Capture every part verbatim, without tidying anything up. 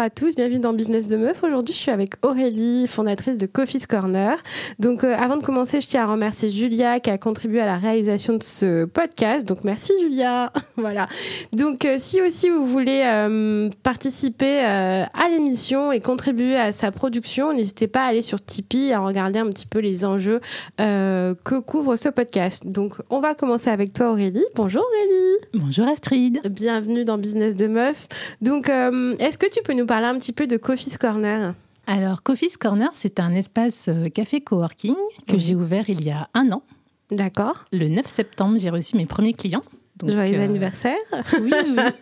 à tous, bienvenue dans Business de Meuf. Aujourd'hui, je suis avec Aurélie, fondatrice de Coffee's Corner. Donc, euh, avant de commencer, je tiens à remercier Julia qui a contribué à la réalisation de ce podcast. Donc, merci Julia. Voilà. Donc, euh, si aussi vous voulez euh, participer euh, à l'émission et contribuer à sa production, n'hésitez pas à aller sur Tipeee, à regarder un petit peu les enjeux euh, que couvre ce podcast. Donc, on va commencer avec toi Aurélie. Bonjour Aurélie. Bonjour Astrid. Bienvenue dans Business de Meuf. Donc, euh, est-ce que tu peux nous parler un petit peu de Coffee's Corner ? Alors, Coffee's Corner, c'est un espace café coworking que mmh. j'ai ouvert il y a un an. D'accord. Le neuf septembre, j'ai reçu mes premiers clients. Donc, joyeux euh... anniversaire. Oui,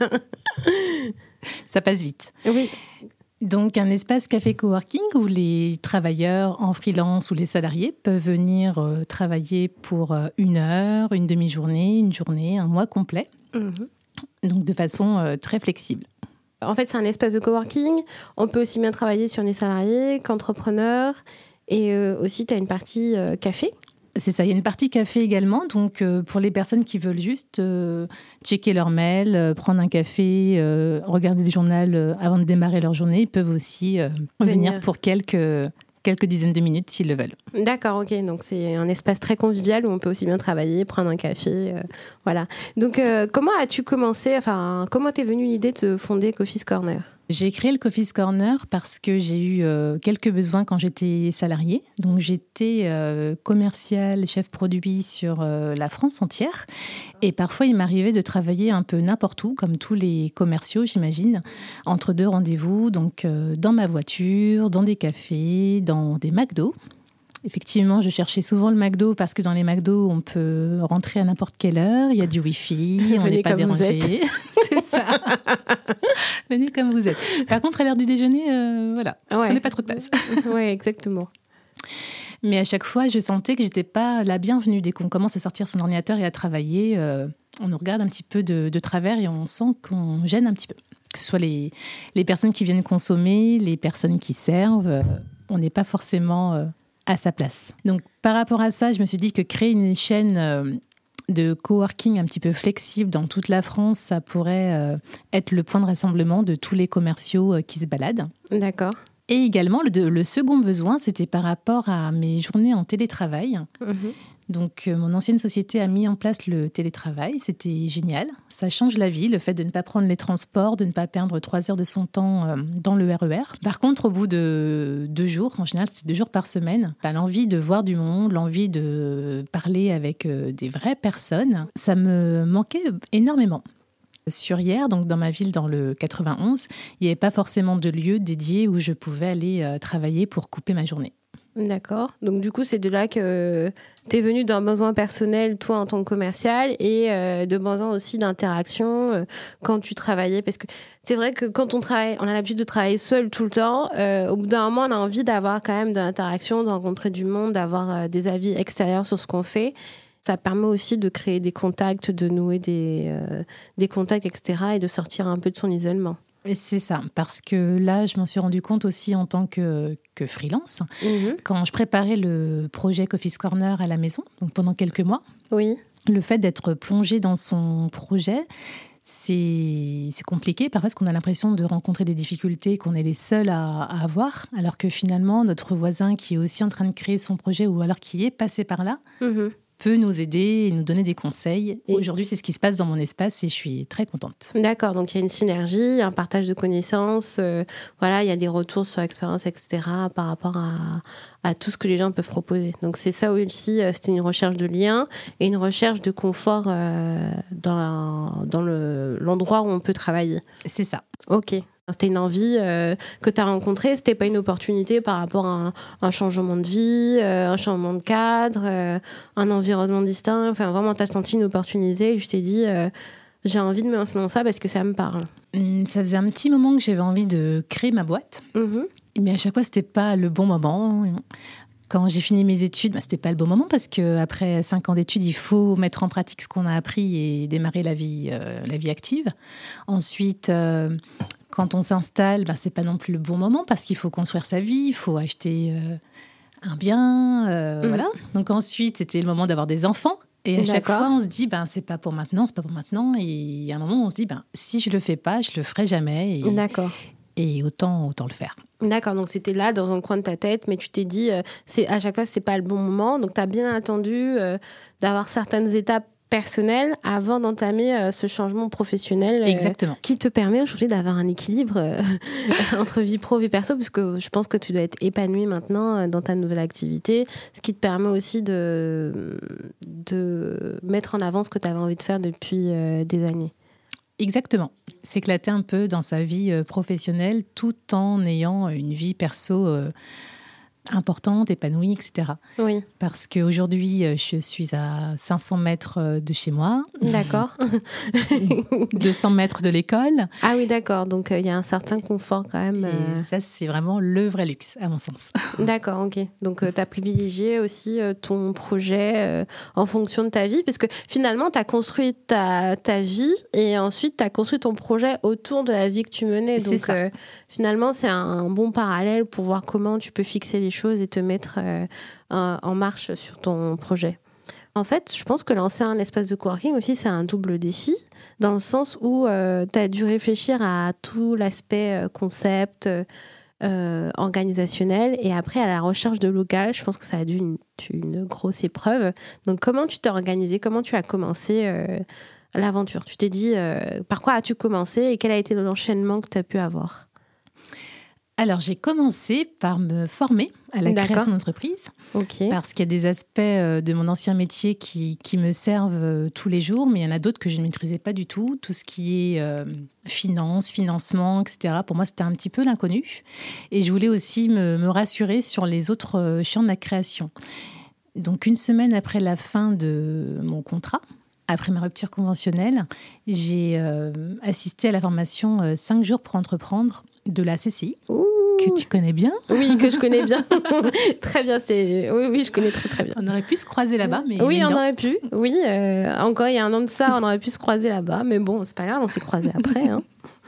oui. Ça passe vite. Oui. Donc, un espace café coworking où les travailleurs en freelance ou les salariés peuvent venir euh, travailler pour euh, une heure, une demi-journée, une journée, un mois complet. Mmh. Donc, de façon euh, très flexible. En fait, c'est un espace de coworking. On peut aussi bien travailler sur les salariés qu'entrepreneurs. Et euh, aussi, tu as une partie euh, café. C'est ça, il y a une partie café également. Donc, euh, pour les personnes qui veulent juste euh, checker leur mail, euh, prendre un café, euh, regarder le journal euh, avant de démarrer leur journée, ils peuvent aussi euh, venir. venir pour quelques... quelques dizaines de minutes s'ils le veulent. D'accord, ok. Donc, c'est un espace très convivial où on peut aussi bien travailler, prendre un café. Euh, voilà. Donc, euh, comment as-tu commencé, enfin, comment t'es venue l'idée de fonder Coffee's Corner ? J'ai créé le Coffee's Corner parce que j'ai eu euh, quelques besoins quand j'étais salariée. Donc, j'étais euh, commerciale, chef produit sur euh, la France entière. Et parfois, il m'arrivait de travailler un peu n'importe où, comme tous les commerciaux, j'imagine, entre deux rendez-vous. Donc, euh, dans ma voiture, dans des cafés, dans des McDo. Effectivement, je cherchais souvent le McDo parce que dans les McDo, on peut rentrer à n'importe quelle heure. Il y a du Wi-Fi, on n'est pas dérangé. C'est ça. Venez comme vous êtes. Par contre, à l'heure du déjeuner, euh, voilà, ouais. Prenez pas trop de place. Oui, exactement. Mais à chaque fois, je sentais que j'étais pas la bienvenue. Dès qu'on commence à sortir son ordinateur et à travailler, euh, on nous regarde un petit peu de, de travers et on sent qu'on gêne un petit peu. Que ce soit les, les personnes qui viennent consommer, les personnes qui servent, euh, on n'est pas forcément... Euh, à sa place. Donc, par rapport à ça, je me suis dit que créer une chaîne euh, de coworking un petit peu flexible dans toute la France, ça pourrait euh, être le point de rassemblement de tous les commerciaux euh, qui se baladent. D'accord. Et également, le, le second besoin, c'était par rapport à mes journées en télétravail. Mmh. Donc, euh, mon ancienne société a mis en place le télétravail. C'était génial. Ça change la vie, le fait de ne pas prendre les transports, de ne pas perdre trois heures de son temps euh, dans le R E R. Par contre, au bout de deux jours, en général, c'était deux jours par semaine, bah, l'envie de voir du monde, l'envie de parler avec euh, des vraies personnes, ça me manquait énormément. Sur Hyères, donc dans ma ville, dans le quatre-vingt-onze, il n'y avait pas forcément de lieu dédié où je pouvais aller euh, travailler pour couper ma journée. D'accord. Donc, du coup, c'est de là que tu es venu d'un besoin personnel, toi, en tant que commercial, et euh, de besoin aussi d'interaction euh, quand tu travaillais. Parce que c'est vrai que quand on travaille, on a l'habitude de travailler seul tout le temps. Euh, au bout d'un moment, on a envie d'avoir quand même de l'interaction, de rencontrer du monde, d'avoir euh, des avis extérieurs sur ce qu'on fait. Ça permet aussi de créer des contacts, de nouer des, euh, des contacts, et cetera, et de sortir un peu de son isolement. Et c'est ça, parce que là, je m'en suis rendu compte aussi en tant que, que freelance. Mmh. Quand je préparais le projet Coffee's Corner à la maison, donc pendant quelques mois, oui. Le fait d'être plongé dans son projet, c'est, c'est compliqué. Parfois, parce qu'on a l'impression de rencontrer des difficultés qu'on est les seuls à, à avoir, alors que finalement, notre voisin qui est aussi en train de créer son projet ou alors qui est passé par là, mmh. peut nous aider et nous donner des conseils. Et aujourd'hui, c'est ce qui se passe dans mon espace et je suis très contente. D'accord, donc il y a une synergie, un partage de connaissances, euh, voilà, il y a des retours sur l'expérience, et cetera, par rapport à, à tout ce que les gens peuvent proposer. Donc c'est ça aussi, c'était une recherche de lien et une recherche de confort euh, dans, la, dans le, l'endroit où on peut travailler. C'est ça. Ok. C'était une envie euh, que tu as rencontrée, c'était pas une opportunité par rapport à un, un changement de vie, euh, un changement de cadre, euh, un environnement distinct. Enfin, vraiment, tu as senti une opportunité et je t'ai dit, euh, j'ai envie de me lancer dans ça parce que ça me parle. Ça faisait un petit moment que j'avais envie de créer ma boîte, mmh. mais à chaque fois, c'était pas le bon moment. Quand j'ai fini mes études, bah, c'était pas le bon moment parce qu'après cinq ans d'études, il faut mettre en pratique ce qu'on a appris et démarrer la vie, euh, la vie active. Ensuite... Euh, Quand on s'installe, ben, c'est pas non plus le bon moment parce qu'il faut construire sa vie, il faut acheter euh, un bien, euh, mmh. voilà. Donc ensuite, c'était le moment d'avoir des enfants. Et à D'accord. chaque fois, on se dit, ben, c'est pas pour maintenant, c'est pas pour maintenant. Et à un moment, on se dit, ben, si je le fais pas, je le ferai jamais. Et, D'accord. et autant, autant le faire. D'accord, donc c'était là dans un coin de ta tête, mais tu t'es dit, euh, c'est, à chaque fois, c'est pas le bon moment. Donc tu as bien attendu euh, d'avoir certaines étapes personnelles avant d'entamer euh, ce changement professionnel. Euh, Exactement. Qui te permet aujourd'hui d'avoir un équilibre euh, entre vie pro et vie perso, parce que je pense que tu dois être épanoui maintenant euh, dans ta nouvelle activité, ce qui te permet aussi de, de mettre en avant ce que tu avais envie de faire depuis euh, des années. Exactement. S'éclater un peu dans sa vie euh, professionnelle tout en ayant une vie perso euh, importante, épanouie, et cetera. Oui. Parce qu'aujourd'hui, euh, je suis à cinq cents mètres de chez moi. D'accord. deux cents mètres de l'école. Ah oui, d'accord. Donc, il euh, y a un certain confort quand même. Et euh... ça, c'est vraiment le vrai luxe, à mon sens. D'accord, ok. Donc, euh, tu as privilégié aussi euh, ton projet euh, en fonction de ta vie, parce que finalement, tu as construit ta, ta vie et ensuite, tu as construit ton projet autour de la vie que tu menais. C'est Donc, ça. Euh, finalement, c'est un bon parallèle pour voir comment tu peux fixer les choses et te mettre euh, en marche sur ton projet. En fait, je pense que lancer un espace de coworking aussi, c'est un double défi, dans le sens où euh, tu as dû réfléchir à tout l'aspect euh, concept, euh, organisationnel, et après à la recherche de local. Je pense que ça a dû une, une grosse épreuve. Donc, comment tu t'es organisé? Comment tu as commencé euh, l'aventure? Tu t'es dit, euh, par quoi as-tu commencé et quel a été l'enchaînement que tu as pu avoir? Alors, j'ai commencé par me former à la D'accord. création d'entreprise. Okay. Parce qu'il y a des aspects de mon ancien métier qui, qui me servent tous les jours, mais il y en a d'autres que je ne maîtrisais pas du tout. Tout ce qui est euh, finance, financement, et cetera. Pour moi, c'était un petit peu l'inconnu. Et je voulais aussi me, me rassurer sur les autres champs de la création. Donc, une semaine après la fin de mon contrat, après ma rupture conventionnelle, j'ai euh, assisté à la formation euh, cinq jours pour entreprendre de la C C I. Ouh. Que tu connais bien. Oui, que je connais bien. Très bien. C'est... Oui, oui, je connais très, très bien. On aurait pu se croiser là-bas, mais oui, mais on non. aurait pu. Oui, euh, encore il y a un an de ça, on aurait pu se croiser là-bas. Mais bon, c'est pas grave, on s'est croisés après. Hein.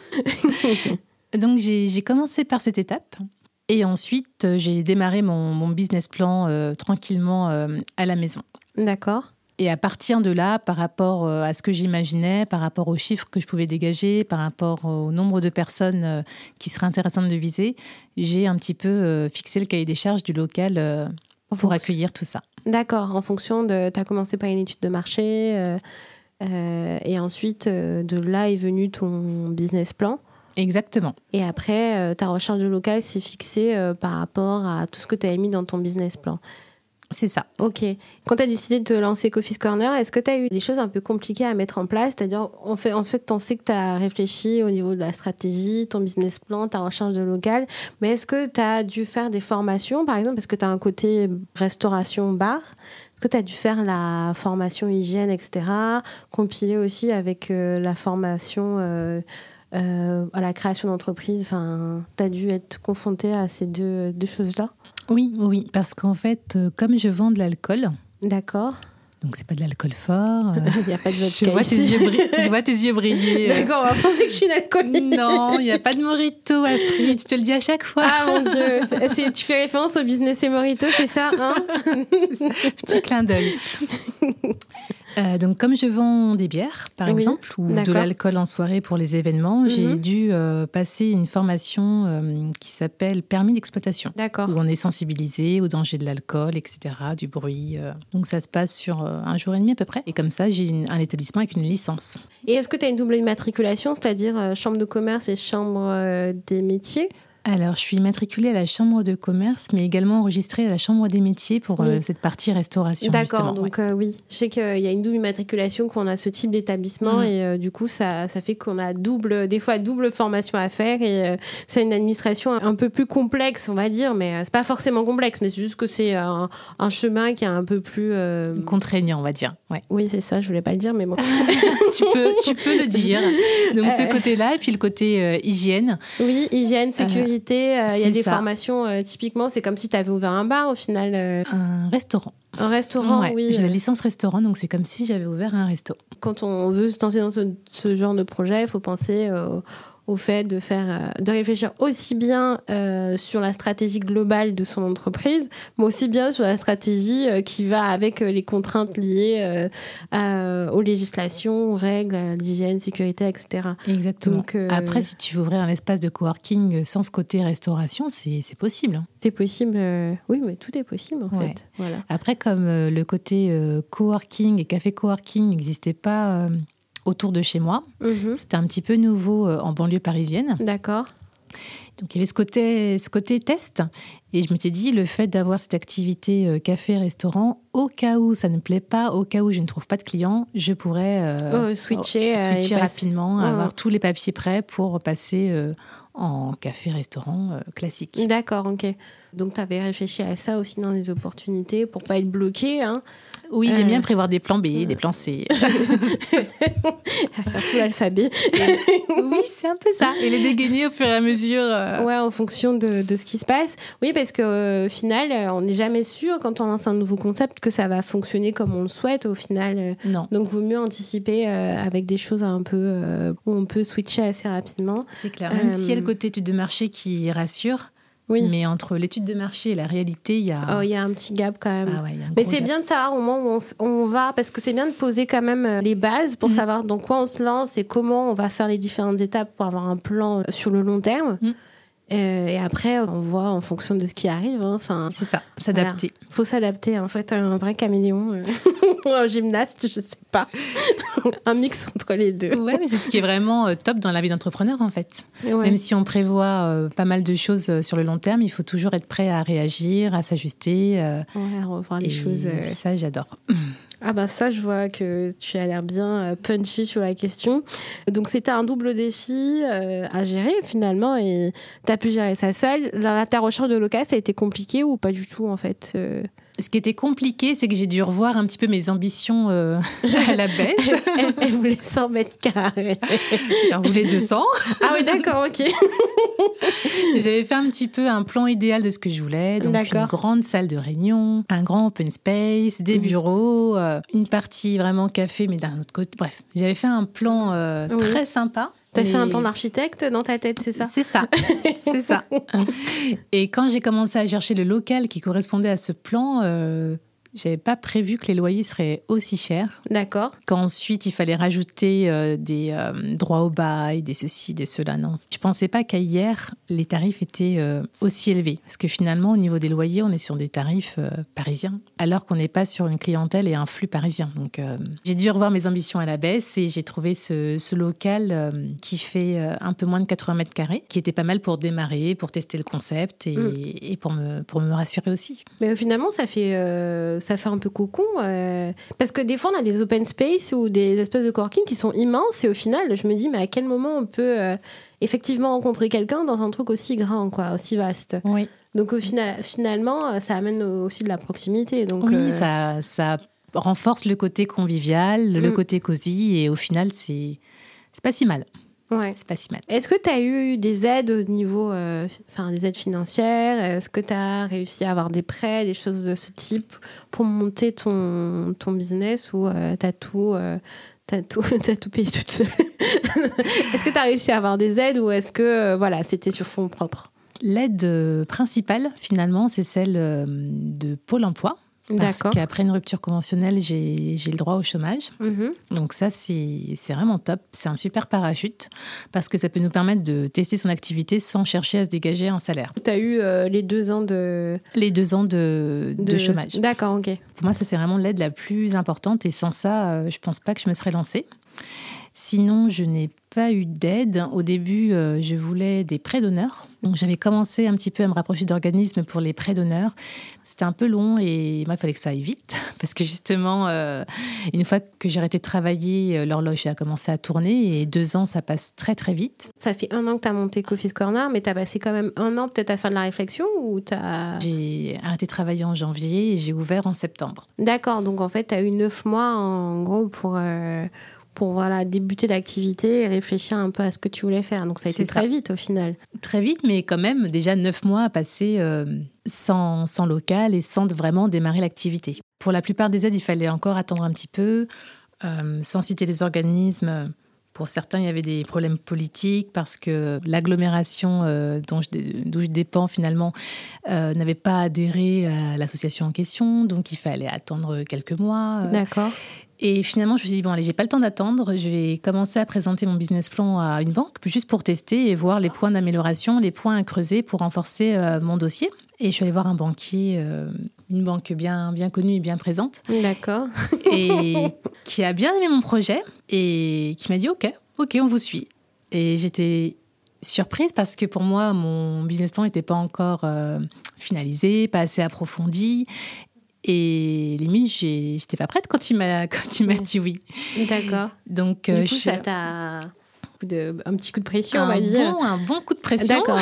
Donc, j'ai, j'ai commencé par cette étape. Et ensuite, j'ai démarré mon, mon business plan euh, tranquillement euh, à la maison. D'accord. Et à partir de là, par rapport à ce que j'imaginais, par rapport aux chiffres que je pouvais dégager, par rapport au nombre de personnes qui seraient intéressantes de viser, j'ai un petit peu fixé le cahier des charges du local pour accueillir tout ça. D'accord, en fonction de... Tu as commencé par une étude de marché euh, euh, et ensuite, euh, de là est venu ton business plan. Exactement. Et après, euh, ta recherche de local s'est fixée euh, par rapport à tout ce que tu avais mis dans ton business plan. C'est ça. Ok. Quand tu as décidé de te lancer Coffee's Corner, est-ce que tu as eu des choses un peu compliquées à mettre en place? C'est-à-dire, en fait, en fait, on sait que tu as réfléchi au niveau de la stratégie, ton business plan, ta recherche de local, mais est-ce que tu as dû faire des formations, par exemple, parce que tu as un côté restauration-bar? Est-ce que tu as dû faire la formation hygiène, et cetera, compiler aussi avec euh, la formation euh, euh, à la création d'entreprise? Enfin, tu as dû être confronté à ces deux, deux choses-là? Oui, oui, parce qu'en fait, comme je vends de l'alcool... D'accord. Donc, c'est pas de l'alcool fort. Il n'y a pas de vodka je vois ici. Tes yeux briller, je vois tes yeux briller. D'accord, on va penser que je suis une alcoolique. Non, il n'y a pas de Morito, Astrid. Je te le dis à chaque fois. Ah mon Dieu. C'est, tu fais référence au business et Morito, c'est ça, hein? C'est ça. Petit clin d'œil. Euh, donc, comme je vends des bières, par oui, exemple, ou d'accord. de l'alcool en soirée pour les événements, mm-hmm. j'ai dû euh, passer une formation euh, qui s'appelle permis d'exploitation. D'accord. Où on est sensibilisé au danger de l'alcool, et cetera, du bruit. Euh. Donc, ça se passe sur euh, un jour et demi à peu près. Et comme ça, j'ai une, un établissement avec une licence. Et est-ce que tu as une double immatriculation, c'est-à-dire euh, chambre de commerce et chambre euh, des métiers? Alors, je suis immatriculée à la Chambre de commerce, mais également enregistrée à la Chambre des métiers pour oui. euh, cette partie restauration. D'accord, justement, donc ouais. euh, oui. Je sais qu'il y a une double immatriculation quand on a ce type d'établissement mmh. et euh, du coup, ça, ça fait qu'on a double, des fois double formation à faire et euh, c'est une administration un peu plus complexe, on va dire, mais euh, c'est pas forcément complexe, mais c'est juste que c'est un, un chemin qui est un peu plus... Euh... contraignant, on va dire. Ouais. Oui, c'est ça, je voulais pas le dire, mais bon. tu, peux, tu peux le dire. Donc, euh... ce côté-là, et puis le côté euh, hygiène. Oui, hygiène, sécurité. Il euh, euh, y a des ça. formations, euh, typiquement, c'est comme si tu avais ouvert un bar au final. Euh... Un restaurant. Un restaurant, ouais, oui. J'ai la licence restaurant, donc c'est comme si j'avais ouvert un resto. Quand on veut se lancer dans ce, ce genre de projet, il faut penser euh, au fait de faire, de réfléchir aussi bien euh, sur la stratégie globale de son entreprise, mais aussi bien sur la stratégie euh, qui va avec euh, les contraintes liées euh, à, aux législations, aux règles, à l'hygiène, sécurité, et cetera. Exactement. Donc, euh, Après, si tu veux ouvrir un espace de coworking sans ce côté restauration, c'est, c'est possible. Hein. C'est possible, euh, oui, mais tout est possible en Ouais. fait. Voilà. Après, comme euh, le côté euh, coworking et café coworking n'existait pas euh, autour de chez moi, Mm-hmm. c'était un petit peu nouveau euh, en banlieue parisienne. D'accord. Donc il y avait ce côté, ce côté test. Et je m'étais dit, le fait d'avoir cette activité euh, café-restaurant, au cas où ça ne plaît pas, au cas où je ne trouve pas de clients, je pourrais euh, Oh, switcher, euh, switcher euh, et rapidement, passer... avoir Oh. tous les papiers prêts pour passer euh, en café-restaurant euh, classique. D'accord, ok. Donc, tu avais réfléchi à ça aussi dans les opportunités pour pas être bloqué. Hein. Oui, j'aime Euh. bien prévoir des plans B, euh. des plans C. À faire tout l'alphabet. Oui, c'est un peu ça. Et les dégainer au fur et à mesure. Euh... Ouais, en fonction de, de ce qui se passe. Oui, parce qu'au euh, final, euh, on n'est jamais sûr quand on lance un nouveau concept que ça va fonctionner comme on le souhaite au final. Euh, non. Donc, vaut mieux anticiper euh, avec des choses un peu euh, où on peut switcher assez rapidement. C'est clair. Même euh... s'il y a le côté étude de marché qui rassure. Oui. Mais entre l'étude de marché et la réalité, il y a... Oh, il y a un petit gap quand même. Ah ouais, y a un Mais c'est gap. bien de savoir au moment où on, on va, parce que c'est bien de poser quand même les bases pour mmh. savoir dans quoi on se lance et comment on va faire les différentes étapes pour avoir un plan sur le long terme. Mmh. Euh, et après, on voit en fonction de ce qui arrive. Hein. Enfin, c'est ça, s'adapter. Il voilà. faut s'adapter. En fait, un vrai caméléon. Un gymnaste, je sais pas. Un mix entre les deux. Ouais, mais c'est ce qui est vraiment top dans la vie d'entrepreneur, en fait. Ouais. Même si on prévoit euh, pas mal de choses sur le long terme, il faut toujours être prêt à réagir, à s'ajuster. Euh, ouais, à revoir les et choses. Euh... Ça, j'adore. Ah bah ça, je vois que tu as l'air bien punchy sur la question. Donc, c'était un double défi euh, à gérer, finalement, et tu as pu gérer ça seule. La, ta recherche de local, ça a été compliqué ou pas du tout, en fait euh... Ce qui était compliqué, c'est que j'ai dû revoir un petit peu mes ambitions euh, à la baisse. elle, elle voulait cent mètres carrés. J'en voulais deux cents. Ah oui, d'accord, ok. J'avais fait un petit peu un plan idéal de ce que je voulais. Donc, d'accord. Une grande salle de réunion, un grand open space, des bureaux, euh, une partie vraiment café, mais d'un autre côté. Bref, j'avais fait un plan euh, oui. très sympa. T'as mais... fait un plan d'architecte dans ta tête, c'est ça ? C'est ça, c'est ça. Et quand j'ai commencé à chercher le local qui correspondait à ce plan, euh, j'avais pas prévu que les loyers seraient aussi chers. D'accord. Qu'ensuite, il fallait rajouter euh, des euh, droits au bail, des ceci, des cela. Non, je pensais pas qu'hier, les tarifs étaient euh, aussi élevés. Parce que finalement, au niveau des loyers, on est sur des tarifs euh, parisiens, alors qu'on n'est pas sur une clientèle et un flux parisien. Donc, euh, j'ai dû revoir mes ambitions à la baisse et j'ai trouvé ce, ce local euh, qui fait euh, un peu moins de quatre-vingts mètres carrés, qui était pas mal pour démarrer, pour tester le concept et, mmh. et pour, me, pour me rassurer aussi. Mais finalement, ça fait... Euh... ça fait un peu cocon. Euh... Parce que des fois, on a des open space ou des espèces de coworking qui sont immenses et au final, je me dis, mais à quel moment on peut euh, effectivement rencontrer quelqu'un dans un truc aussi grand, quoi, aussi vaste. Oui. Donc, au final, finalement, ça amène aussi de la proximité. Donc, oui, euh... ça, ça renforce le côté convivial, mm. le côté cosy et au final, c'est, c'est pas si mal. Ouais. C'est pas si mal. Est-ce que tu as eu des aides au niveau, euh, enfin des aides financières ? Est-ce que tu as réussi à avoir des prêts, des choses de ce type pour monter ton, ton business ou euh, tu as tout, euh, t'as tout, t'as tout payé toute seule ? Est-ce que tu as réussi à avoir des aides ou est-ce que euh, voilà, c'était sur fonds propres ? L'aide euh, principale, finalement, c'est celle euh, de Pôle emploi. Parce D'accord. qu'après une rupture conventionnelle, j'ai, j'ai le droit au chômage. Mmh. Donc ça, c'est, c'est vraiment top. C'est un super parachute parce que ça peut nous permettre de tester son activité sans chercher à se dégager un salaire. Tu as eu euh, les deux ans de... Les deux ans de, de... de chômage. D'accord, ok. Pour moi, ça, c'est vraiment l'aide la plus importante. Et sans ça, euh, je ne pense pas que je me serais lancée. Sinon, je n'ai pas eu d'aide. Au début, euh, je voulais des prêts d'honneur. Donc, j'avais commencé un petit peu à me rapprocher d'organismes pour les prêts d'honneur. C'était un peu long et moi, il fallait que ça aille vite. Parce que justement, euh, une fois que j'ai arrêté de travailler, l'horloge a commencé à tourner et deux ans, ça passe très, très vite. Ça fait un an que tu as monté Coffee's Corner, mais tu as passé quand même un an peut-être à faire de la réflexion ou t'as... J'ai arrêté de travailler en janvier et j'ai ouvert en septembre. D'accord. Donc, en fait, tu as eu neuf mois, en gros, pour... Euh... pour voilà, débuter l'activité et réfléchir un peu à ce que tu voulais faire. Donc, ça a été C'est très ça. vite, au final. Très vite, mais quand même, déjà neuf mois à passer euh, sans, sans local et sans vraiment démarrer l'activité. Pour la plupart des aides, il fallait encore attendre un petit peu, euh, sans citer les organismes, Pour certains, il y avait des problèmes politiques parce que l'agglomération euh, dont je, d'où je dépends finalement euh, n'avait pas adhéré à l'association en question, donc il fallait attendre quelques mois. D'accord. Et finalement, je me suis dit, bon, allez, j'ai pas le temps d'attendre, je vais commencer à présenter mon business plan à une banque, juste pour tester et voir les points d'amélioration, les points à creuser pour renforcer euh, mon dossier. Et je suis allée voir un banquier, euh, une banque bien, bien connue et bien présente. D'accord. Et qui a bien aimé mon projet et qui m'a dit, OK, OK, on vous suit. Et j'étais surprise parce que pour moi, mon business plan n'était pas encore euh, finalisé, pas assez approfondi. Et limite, j'ai, j'étais pas prête quand il m'a, quand il m'a dit oui. D'accord. Donc, du euh, coup, je... ça t'a de, un petit coup de pression, un on va bon, dire. Un bon coup de pression. D'accord.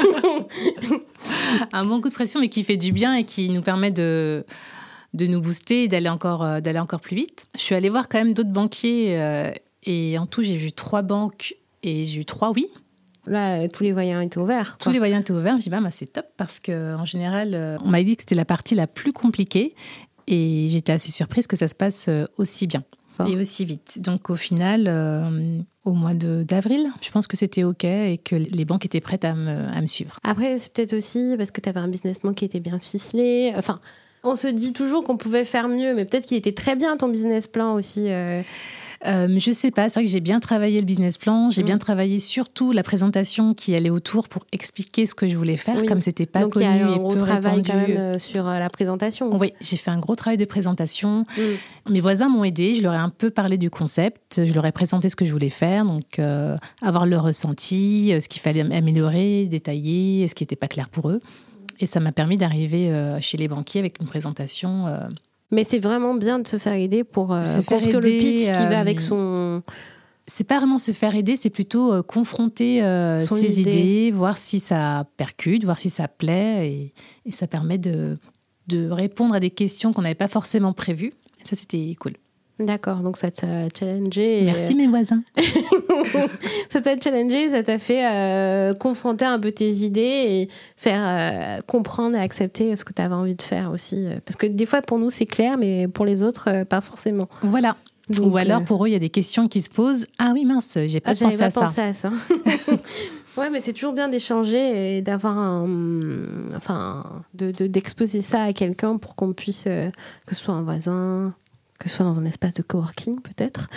Un bon coup de pression, mais qui fait du bien et qui nous permet de, de nous booster et d'aller encore, d'aller encore plus vite. Je suis allée voir quand même d'autres banquiers euh, et en tout, j'ai vu trois banques et j'ai eu trois oui. Là, tous les voyants étaient ouverts. Quoi. Tous les voyants étaient ouverts. Je me suis dit, bah, bah, c'est top parce qu'en général, euh, on m'a dit que c'était la partie la plus compliquée et j'étais assez surprise que ça se passe aussi bien oh. et aussi vite. Donc, au final, euh, au mois de, d'avril, je pense que c'était OK et que les banques étaient prêtes à me, à me suivre. Après, c'est peut-être aussi parce que tu avais un business plan qui était bien ficelé. Enfin, on se dit toujours qu'on pouvait faire mieux, mais peut-être qu'il était très bien ton business plan aussi. Euh... Euh, je sais pas, c'est vrai que j'ai bien travaillé le business plan, j'ai mmh. bien travaillé surtout la présentation qui allait autour pour expliquer ce que je voulais faire, oui. comme c'était pas Donc, connu et peu répandu. Donc il y a eu un gros travail répandu. Quand même euh, sur euh, la présentation. Oui, j'ai fait un gros travail de présentation. Mmh. Mes voisins m'ont aidée, je leur ai un peu parlé du concept, je leur ai présenté ce que je voulais faire, donc euh, avoir leur ressenti, ce qu'il fallait améliorer, détailler, ce qui n'était pas clair pour eux. Et ça m'a permis d'arriver euh, chez les banquiers avec une présentation... Euh, Mais c'est vraiment bien de se faire aider pour euh, se construire aider, le pitch qui euh, va avec son... C'est pas vraiment se faire aider, c'est plutôt euh, confronter euh, ses idée. idées, voir si ça percute, voir si ça plaît. Et, et ça permet de, de répondre à des questions qu'on n'avait pas forcément prévues. Et ça, c'était cool. D'accord, donc ça t'a challengé. Merci mes voisins. Ça t'a challengé, ça t'a fait euh, confronter un peu tes idées et faire euh, comprendre et accepter ce que tu avais envie de faire aussi. Parce que des fois, pour nous, c'est clair, mais pour les autres, euh, pas forcément. Voilà. Donc, Ou alors, euh... pour eux, il y a des questions qui se posent. Ah oui, mince, j'ai pas ah, pensé pas à ça. pensé à ça. Ouais, mais c'est toujours bien d'échanger et d'avoir un... Enfin, de, de, d'exposer ça à quelqu'un pour qu'on puisse... Euh, que ce soit un voisin... que ce soit dans un espace de coworking, peut-être,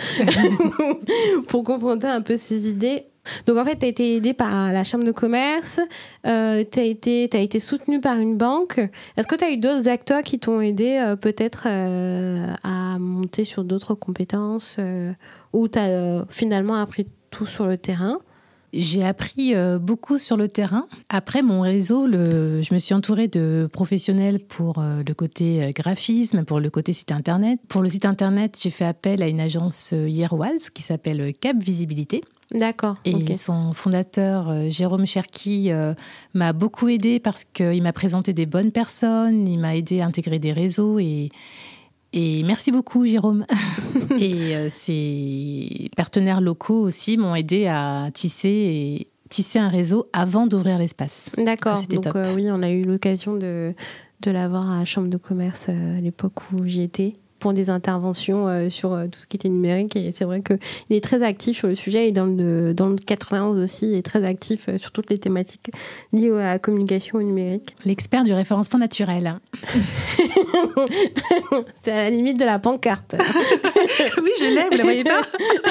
pour confronter un peu ses idées. Donc, en fait, tu as été aidée par la chambre de commerce, euh, tu as été, t'as été soutenue par une banque. Est-ce que tu as eu d'autres acteurs qui t'ont aidé, euh, peut-être, euh, à monter sur d'autres compétences euh, ou tu as euh, finalement appris tout sur le terrain ? J'ai appris euh, beaucoup sur le terrain. Après, mon réseau, le, je me suis entourée de professionnels pour euh, le côté euh, graphisme, pour le côté site internet. Pour le site internet, j'ai fait appel à une agence euh, hiéroise qui s'appelle Cap Visibilité. D'accord. Et okay. son fondateur, euh, Jérôme Cherki, euh, m'a beaucoup aidée parce qu'il m'a présenté des bonnes personnes, il m'a aidé à intégrer des réseaux et... Et merci beaucoup, Jérôme. Et euh, ses partenaires locaux aussi m'ont aidé à tisser, et, tisser un réseau avant d'ouvrir l'espace. D'accord. Ça, donc euh, oui, on a eu l'occasion de, de l'avoir à la Chambre de commerce euh, à l'époque où j'y étais, pour des interventions euh, sur euh, tout ce qui était numérique. Et c'est vrai qu'il est très actif sur le sujet. Et dans le, dans le quatre-vingt-onze aussi, il est très actif euh, sur toutes les thématiques liées à la communication au numérique. L'expert du référencement naturel. C'est à la limite de la pancarte. Oui, je l'ai, vous la voyez pas.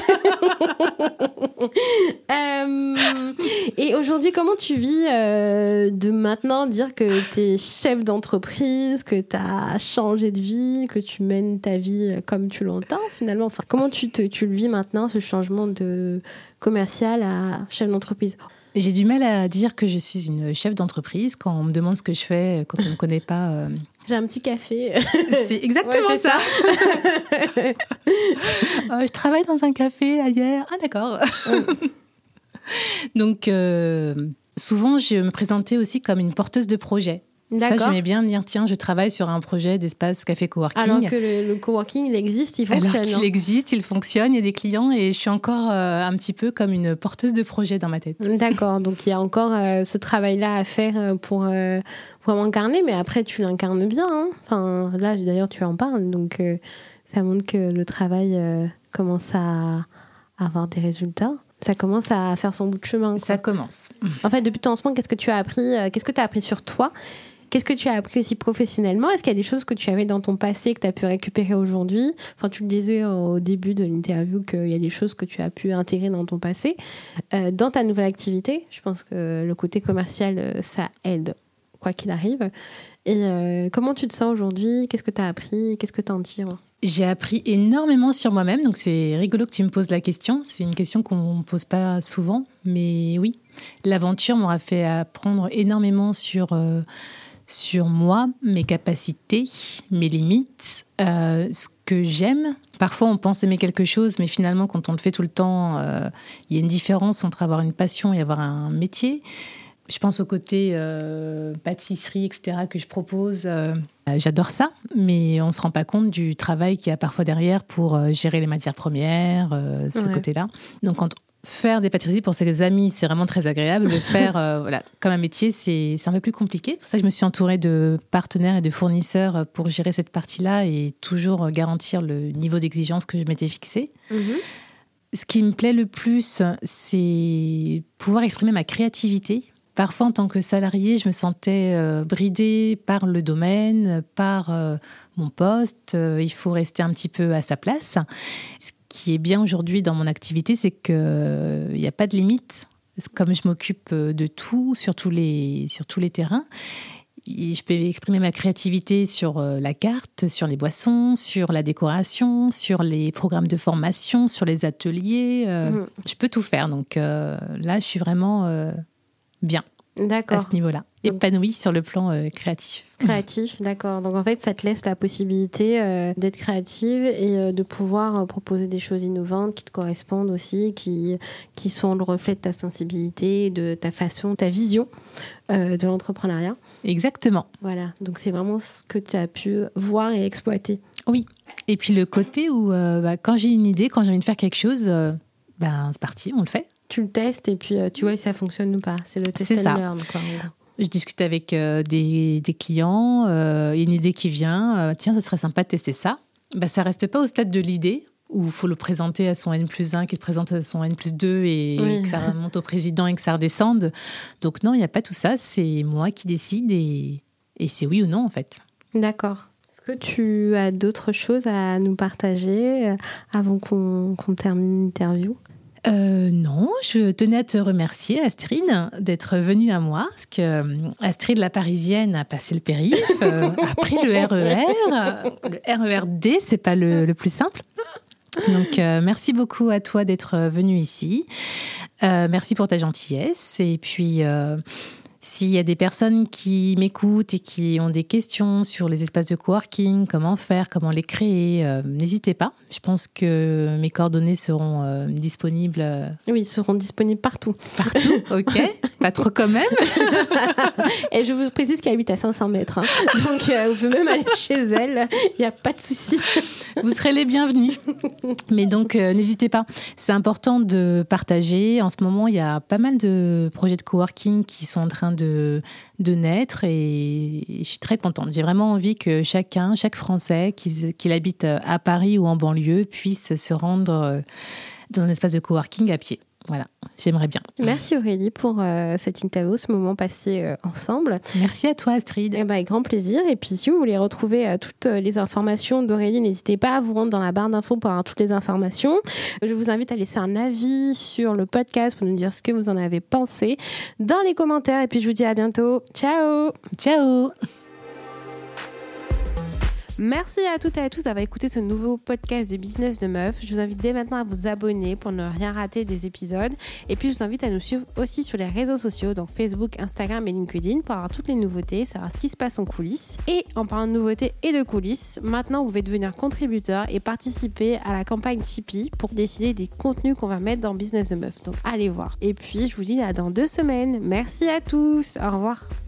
euh, Et aujourd'hui, comment tu vis euh, de maintenant dire que tu es chef d'entreprise, que tu as changé de vie, que tu mènes ta vie comme tu l'entends finalement. Enfin, comment tu, te, tu le vis maintenant, ce changement de commercial à chef d'entreprise ? J'ai du mal à dire que je suis une chef d'entreprise quand on me demande ce que je fais, quand on ne me connaît pas. Euh... J'ai un petit café. C'est exactement ouais, c'est ça. ça. euh, je travaille dans un café ailleurs. Ah d'accord. Donc euh, souvent, je me présentais aussi comme une porteuse de projet. D'accord. Ça, j'aimais bien dire, tiens, je travaille sur un projet d'espace café coworking. Alors que le, le coworking, il existe, il fonctionne. Alors qu'il existe, il fonctionne, il y a des clients et je suis encore euh, un petit peu comme une porteuse de projet dans ma tête. D'accord, donc il y a encore euh, ce travail-là à faire pour euh, vraiment incarner, mais après, tu l'incarnes bien. Hein. Enfin, là, d'ailleurs, tu en parles, donc euh, ça montre que le travail euh, commence à, avoir des résultats. Ça commence à faire son bout de chemin, quoi. Ça commence. En fait, depuis ton lancement, qu'est-ce que tu as appris euh, Qu'est-ce que tu as appris sur toi ? Qu'est-ce que tu as appris aussi professionnellement ? Est-ce qu'il y a des choses que tu avais dans ton passé que tu as pu récupérer aujourd'hui ? Enfin, tu le disais au début de l'interview qu'il y a des choses que tu as pu intégrer dans ton passé. Euh, dans ta nouvelle activité, je pense que le côté commercial, ça aide, quoi qu'il arrive. Et euh, comment tu te sens aujourd'hui ? Qu'est-ce que tu as appris ? Qu'est-ce que tu en tires ? J'ai appris énormément sur moi-même, donc c'est rigolo que tu me poses la question. C'est une question qu'on ne pose pas souvent, mais oui, l'aventure m'aura fait apprendre énormément sur... Euh, sur moi, mes capacités, mes limites, euh, ce que j'aime. Parfois, on pense aimer quelque chose, mais finalement, quand on le fait tout le temps, euh, il y a une différence entre avoir une passion et avoir un métier. Je pense au côté euh, pâtisserie, et cetera, que je propose. Euh, j'adore ça, mais on ne se rend pas compte du travail qu'il y a parfois derrière pour euh, gérer les matières premières, euh, ce ouais. côté-là. Donc, quand faire des pâtisseries pour ses amis, c'est vraiment très agréable. Le faire euh, voilà, comme un métier, c'est, c'est un peu plus compliqué. Pour ça, je me suis entourée de partenaires et de fournisseurs pour gérer cette partie-là et toujours garantir le niveau d'exigence que je m'étais fixé. Mm-hmm. Ce qui me plaît le plus, c'est pouvoir exprimer ma créativité. Parfois, en tant que salariée, je me sentais euh, bridée par le domaine, par euh, mon poste. Euh, il faut rester un petit peu à sa place. Ce qui est bien aujourd'hui dans mon activité, c'est qu'il n'y a pas de limite. Comme je m'occupe de tout, sur tous les, sur tous les terrains, je peux exprimer ma créativité sur la carte, sur les boissons, sur la décoration, sur les programmes de formation, sur les ateliers. Euh, mmh. Je peux tout faire. Donc euh, là, je suis vraiment euh, bien. D'accord. À ce niveau-là. Épanouie sur le plan euh, créatif. Créatif, d'accord. Donc en fait, ça te laisse la possibilité euh, d'être créative et euh, de pouvoir euh, proposer des choses innovantes qui te correspondent aussi, qui, qui sont le reflet de ta sensibilité, de ta façon, ta vision euh, de l'entrepreneuriat. Exactement. Voilà. Donc c'est vraiment ce que tu as pu voir et exploiter. Oui. Et puis le côté où euh, bah, quand j'ai une idée, quand j'ai envie de faire quelque chose, euh, ben, c'est parti, on le fait. Tu le testes et puis euh, tu vois si ça fonctionne ou pas. C'est le test c'est and ça. learn, quoi. Je discute avec euh, des, des clients, il euh, y a une idée qui vient, euh, tiens, ça serait sympa de tester ça. Bah, ça ne reste pas au stade de l'idée, où il faut le présenter à son N plus un, qu'il le présente à son N plus deux, et oui. que ça remonte au président et que ça redescende. Donc non, il n'y a pas tout ça, c'est moi qui décide, et, et c'est oui ou non, en fait. D'accord. Est-ce que tu as d'autres choses à nous partager avant qu'on, qu'on termine l'interview ? Euh, non, je tenais à te remercier, Astrid, d'être venue à moi, parce que Astrid, la Parisienne, a passé le périph', euh, a pris le R E R. Le R E R D, c'est pas le, le plus simple. Donc, euh, merci beaucoup à toi d'être venue ici. Euh, merci pour ta gentillesse. Et puis... Euh, S'il y a des personnes qui m'écoutent et qui ont des questions sur les espaces de coworking, comment faire, comment les créer, euh, n'hésitez pas. Je pense que mes coordonnées seront euh, disponibles. Oui, ils seront disponibles partout. Partout, ok. Pas trop quand même. Et je vous précise qu'elle habite à cinq cents mètres. Hein. Donc, euh, vous pouvez même aller chez elle. Il n'y a pas de souci. Vous serez les bienvenus. Mais donc, euh, n'hésitez pas. C'est important de partager. En ce moment, il y a pas mal de projets de coworking qui sont en train de, de naître et je suis très contente. J'ai vraiment envie que chacun, chaque Français, qu'il, qu'il habite à Paris ou en banlieue, puisse se rendre dans un espace de coworking à pied. Voilà, j'aimerais bien. Merci Aurélie pour euh, cette interview, ce moment passé euh, ensemble. Merci à toi Astrid. Eh ben, avec grand plaisir. Et puis si vous voulez retrouver euh, toutes les informations d'Aurélie, n'hésitez pas à vous rendre dans la barre d'infos pour avoir toutes les informations. Je vous invite à laisser un avis sur le podcast pour nous dire ce que vous en avez pensé dans les commentaires. Et puis je vous dis à bientôt. Ciao. Ciao. Merci à toutes et à tous d'avoir écouté ce nouveau podcast de Business de Meuf. Je vous invite dès maintenant à vous abonner pour ne rien rater des épisodes. Et puis, je vous invite à nous suivre aussi sur les réseaux sociaux, donc Facebook, Instagram et LinkedIn, pour avoir toutes les nouveautés, savoir ce qui se passe en coulisses. Et en parlant de nouveautés et de coulisses, maintenant, vous pouvez devenir contributeur et participer à la campagne Tipeee pour décider des contenus qu'on va mettre dans Business de Meuf. Donc, allez voir. Et puis, je vous dis à dans deux semaines. Merci à tous. Au revoir.